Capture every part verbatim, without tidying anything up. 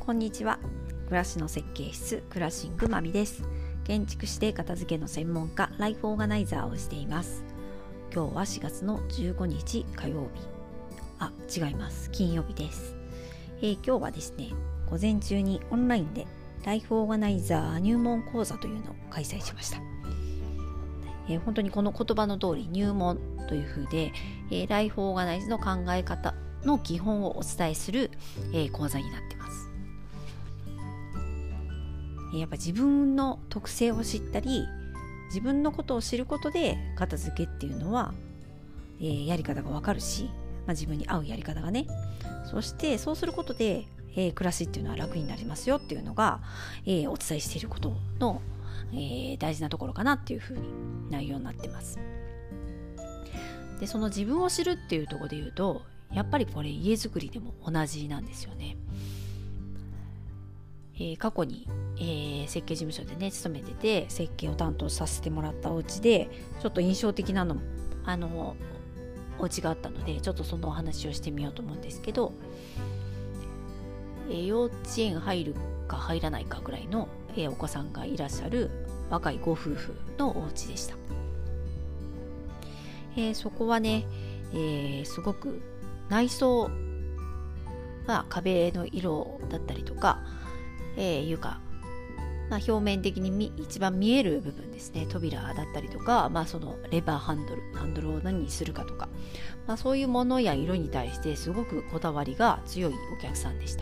こんにちは。暮らしの設計室クラシングまみです。建築士で片付けの専門家、ライフオーガナイザーをしています。今日はしがつのじゅうごにち火曜日、あ、違います金曜日です。えー、今日はですね、午前中にオンラインでライフオーガナイザー入門講座というのを開催しました。えー、本当にこの言葉の通り入門という風で、えー、ライフオーガナイズの考え方の基本をお伝えする、えー、講座になっています。やっぱ自分の特性を知ったり、自分のことを知ることで片付けっていうのは、えー、やり方がわかるし、まあ、自分に合うやり方がね、そしてそうすることで、えー、暮らしっていうのは楽になりますよっていうのが、えー、お伝えしていることの、えー、大事なところかなっていうふうに内容になってます。で、その自分を知るっていうところで言うと、やっぱりこれ家づくりでも同じなんですよね。えー、過去に、えー、設計事務所でね勤めてて、設計を担当させてもらったお家でちょっと印象的なのあのお家があったので、ちょっとそのお話をしてみようと思うんですけど、えー、幼稚園入るか入らないかぐらいの、えー、お子さんがいらっしゃる若いご夫婦のお家でした。えー、そこはね、えー、すごく内装、まあ、壁の色だったりとか、えー、床、まあ、表面的にみ一番見える部分ですね、扉だったりとか、まあ、そのレバーハンドルハンドルを何にするかとか、まあ、そういうものや色に対してすごくこだわりが強いお客さんでした。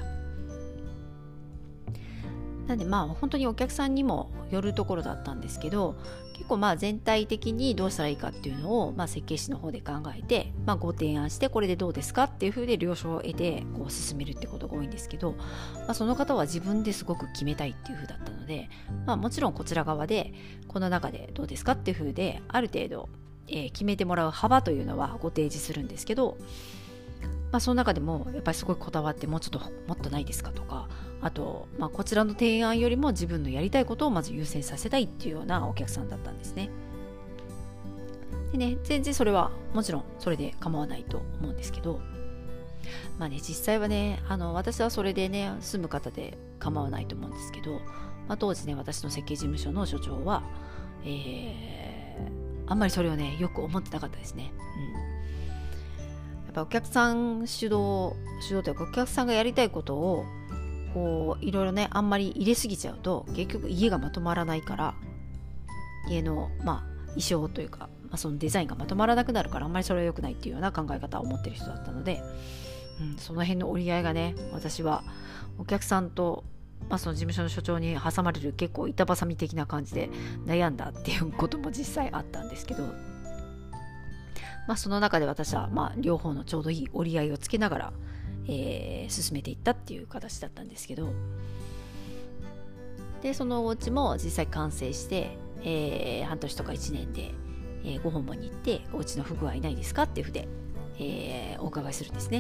なんでまあ本当にお客さんにもよるところだったんですけど、結構まあ全体的にどうしたらいいかっていうのを、まあ、設計士の方で考えて、まあ、ご提案して、これでどうですかっていう風で了承を得てこう進めるってことが多いんですけど、まあ、その方は自分ですごく決めたいっていう風だったので、まあ、もちろんこちら側でこの中でどうですかっていう風である程度、えー、決めてもらう幅というのはご提示するんですけど、まあ、その中でもやっぱりすごいこだわって、もうちょっともっとないですかとか、あと、まあ、こちらの提案よりも自分のやりたいことをまず優先させたいっていうようなお客さんだったんですね。でね、全然それはもちろんそれで構わないと思うんですけど、まあね、実際はね、あの私はそれでね住む方で構わないと思うんですけど、まあ、当時ね私の設計事務所の所長は、えー、あんまりそれをねよく思ってなかったですね。うんやっぱお客さん主導主導というか、お客さんがやりたいことをこういろいろねあんまり入れすぎちゃうと、結局家がまとまらないから、家のまあ衣装というか、まあ、そのデザインがまとまらなくなるから、あんまりそれは良くないっていうような考え方を持ってる人だったので、うん、その辺の折り合いがね、私はお客さんと、まあ、その事務所の所長に挟まれる結構板挟み的な感じで悩んだっていうことも実際あったんですけど、まあ、その中で私はまあ両方のちょうどいい折り合いをつけながら、えー、進めていったっていう形だったんですけど、でそのお家も実際完成して、えー、半年とかいちねんで、えー、ご訪問に行って、お家の不具合ないですかっていうふうで、えー、お伺いするんですね。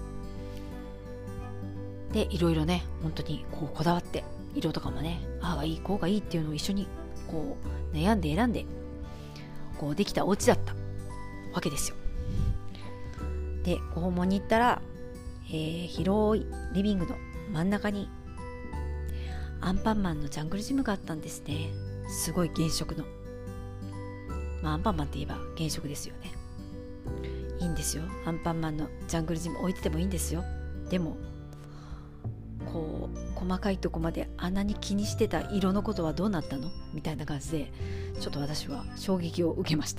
でいろいろね本当にこうこだわって、色とかもね、ああがいいこうがいいっていうのを一緒にこう悩んで選んでこうできたお家だったわけですよ。でご訪問に行ったら、えー、広いリビングの真ん中にアンパンマンのジャングルジムがあったんですね。すごい原色の、まあ、アンパンマンって言えば原色ですよね。いいんですよ、アンパンマンのジャングルジム置いててもいいんですよ。でもこう細かいとこまであんなに気にしてた色のことはどうなったのみたいな感じで、ちょっと私は衝撃を受けました。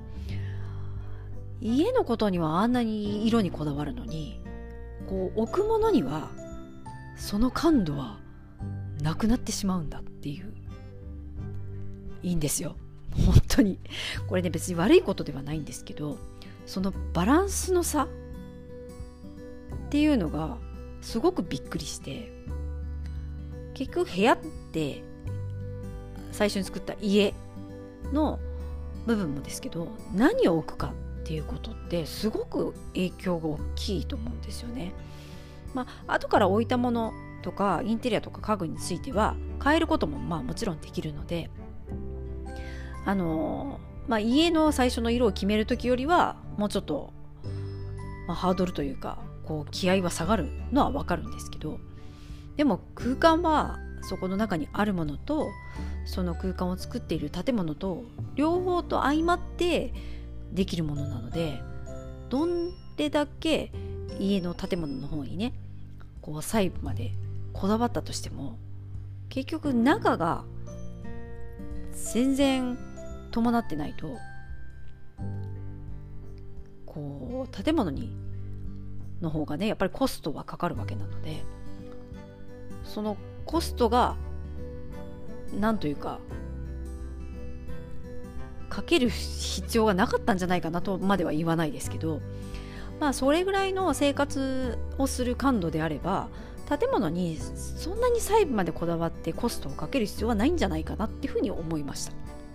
家のことにはあんなに色にこだわるのに、こう置くものにはその感度はなくなってしまうんだっていう。いいんですよ本当に。これね別に悪いことではないんですけど、そのバランスの差っていうのがすごくびっくりして、結局部屋って最初に作った家の部分もですけど、何を置くかっていうことってすごく影響が大きいと思うんですよね。まあ後から置いたものとかインテリアとか家具については変えることもまあもちろんできるので、あのまあ、家の最初の色を決めるときよりはもうちょっと、まあ、ハードルというかこう気合は下がるのは分かるんですけど、 でも空間はそこの中にあるものと、その空間を作っている建物と両方と相まってできるものなので、どれだけ家の建物の方にねこう細部までこだわったとしても、結局中が全然伴ってないと、こう建物にの方がねやっぱりコストはかかるわけなので、そのコストがなんというかかける必要がなかったんじゃないかなとまでは言わないですけど、まあそれぐらいの生活をする感度であれば、建物にそんなに細部までこだわってコストをかける必要はないんじゃないかなっていうふうに思いました。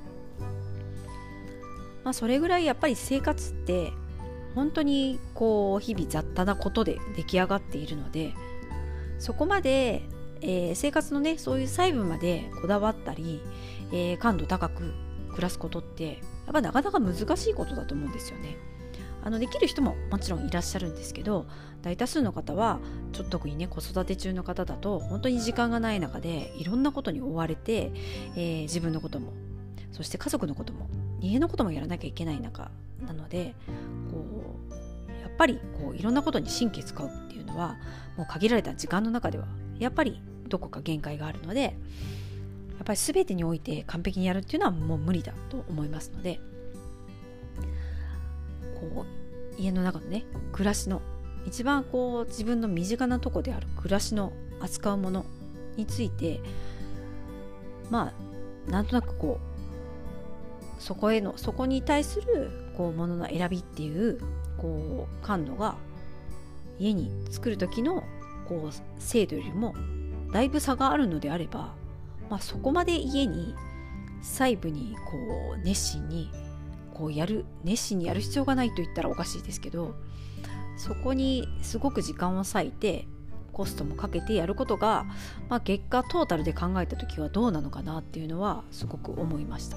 まあそれぐらいやっぱり生活って本当にこう日々雑多なことで出来上がっているので、そこまで、えー、生活のねそういう細部までこだわったり、えー、感度高く暮らすことってやっぱなかなか難しいことだと思うんですよね。あのできる人ももちろんいらっしゃるんですけど、大多数の方はちょっと特にね子育て中の方だと本当に時間がない中でいろんなことに追われて、えー、自分のこともそして家族のことも家のこともやらなきゃいけない中なので、こうやっぱりこういろんなことに神経使うっていうのはもう限られた時間の中ではやっぱりどこか限界があるので、やっぱり全てにおいて完璧にやるっていうのはもう無理だと思いますので、こう家の中のね暮らしの一番こう自分の身近なとこである暮らしの扱うものについて、まあなんとなくこうそこへのそこに対するこうものの選びっていうこう感度が家に作る時のこう精度よりもだいぶ差があるのであれば、まあ、そこまで家に細部にこう熱心にこうやる熱心にやる必要がないと言ったらおかしいですけど、そこにすごく時間を割いてコストもかけてやることが、まあ、結果トータルで考えた時はどうなのかなっていうのはすごく思いました。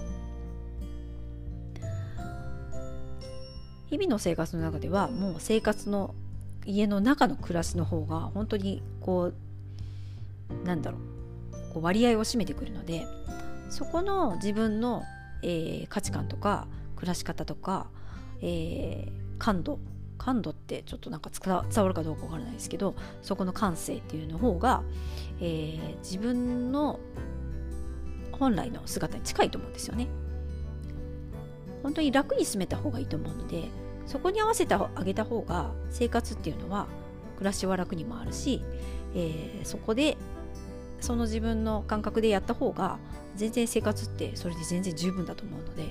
日々の生活の中ではもう生活の家の中の暮らしの方が本当にこうなんだろうこう割合を占めてくるので、そこの自分の、えー、価値観とか暮らし方とか、えー、感度感度ってちょっとなんか伝わるかどうかわからないですけど、そこの感性っていうの方が、えー、自分の本来の姿に近いと思うんですよね。本当に楽に住めた方がいいと思うので、そこに合わせてあげた方が生活っていうのは暮らしは楽にもあるし、えー、そこでその自分の感覚でやった方が全然生活ってそれで全然十分だと思うので、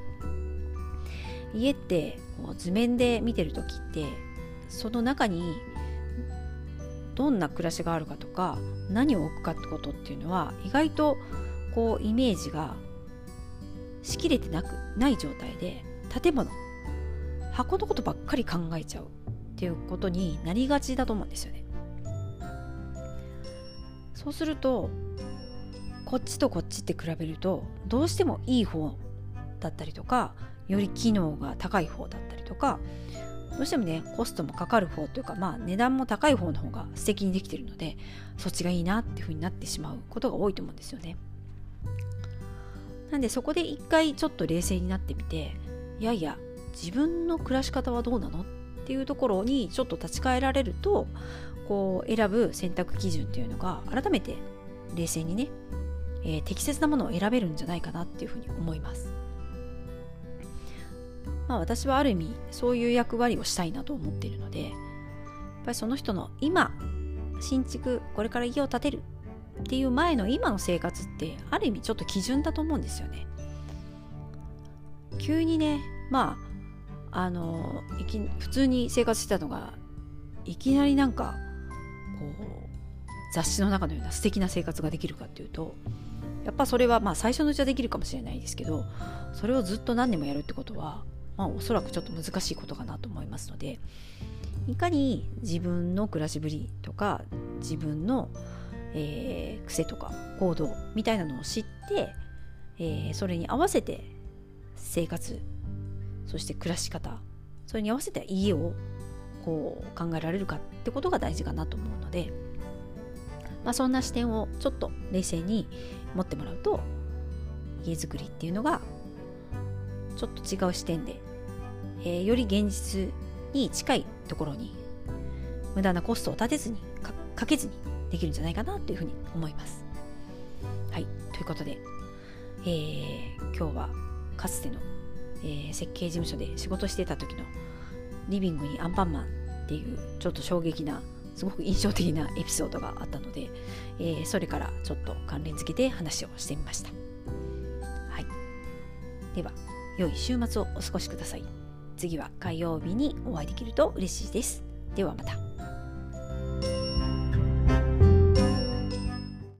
家ってこう図面で見てるときってその中にどんな暮らしがあるかとか何を置くかってことっていうのは意外とこうイメージがしきれてなくない状態で、建物箱のことばっかり考えちゃうっていうことになりがちだと思うんですよね。そうするとこっちとこっちって比べるとどうしてもいい方だったりとか、より機能が高い方だったりとか、どうしてもねコストもかかる方というか、まあ値段も高い方の方が素敵にできているので、そっちがいいなっていう風になってしまうことが多いと思うんですよね。なんでそこで一回ちょっと冷静になってみて、いやいや自分の暮らし方はどうなのっていうところにちょっと立ち返られると、こう選ぶ選択基準っていうのが改めて冷静にね、えー、適切なものを選べるんじゃないかなっていうふうに思います。まあ私はある意味そういう役割をしたいなと思っているので、やっぱりその人の今新築これから家を建てるっていう前の今の生活ってある意味ちょっと基準だと思うんですよね。急にねまああのいき普通に生活してたのがいきなりなんかこう雑誌の中のような素敵な生活ができるかっていうと、やっぱそれはまあ最初のうちはできるかもしれないですけど、それをずっと何年もやるってことはまあおそらくちょっと難しいことかなと思いますので、いかに自分の暮らしぶりとか自分の、えー、癖とか行動みたいなのを知って、えー、それに合わせて生活そして暮らし方、それに合わせて家をこう考えられるかってことが大事かなと思うので、 まあ、そんな視点をちょっと冷静に持ってもらうと、家づくりっていうのがちょっと違う視点で、えー、より現実に近いところに無駄なコストを立てずに か, かけずにできるんじゃないかなというふうに思います。はい、ということで、えー、今日はかつての、えー、設計事務所で仕事してた時のリビングにアンパンマンっていうちょっと衝撃なすごく印象的なエピソードがあったので、えー、それからちょっと関連付けて話をしてみました。はい、では良い週末をお過ごしください。次は火曜日にお会いできると嬉しいです。ではまた。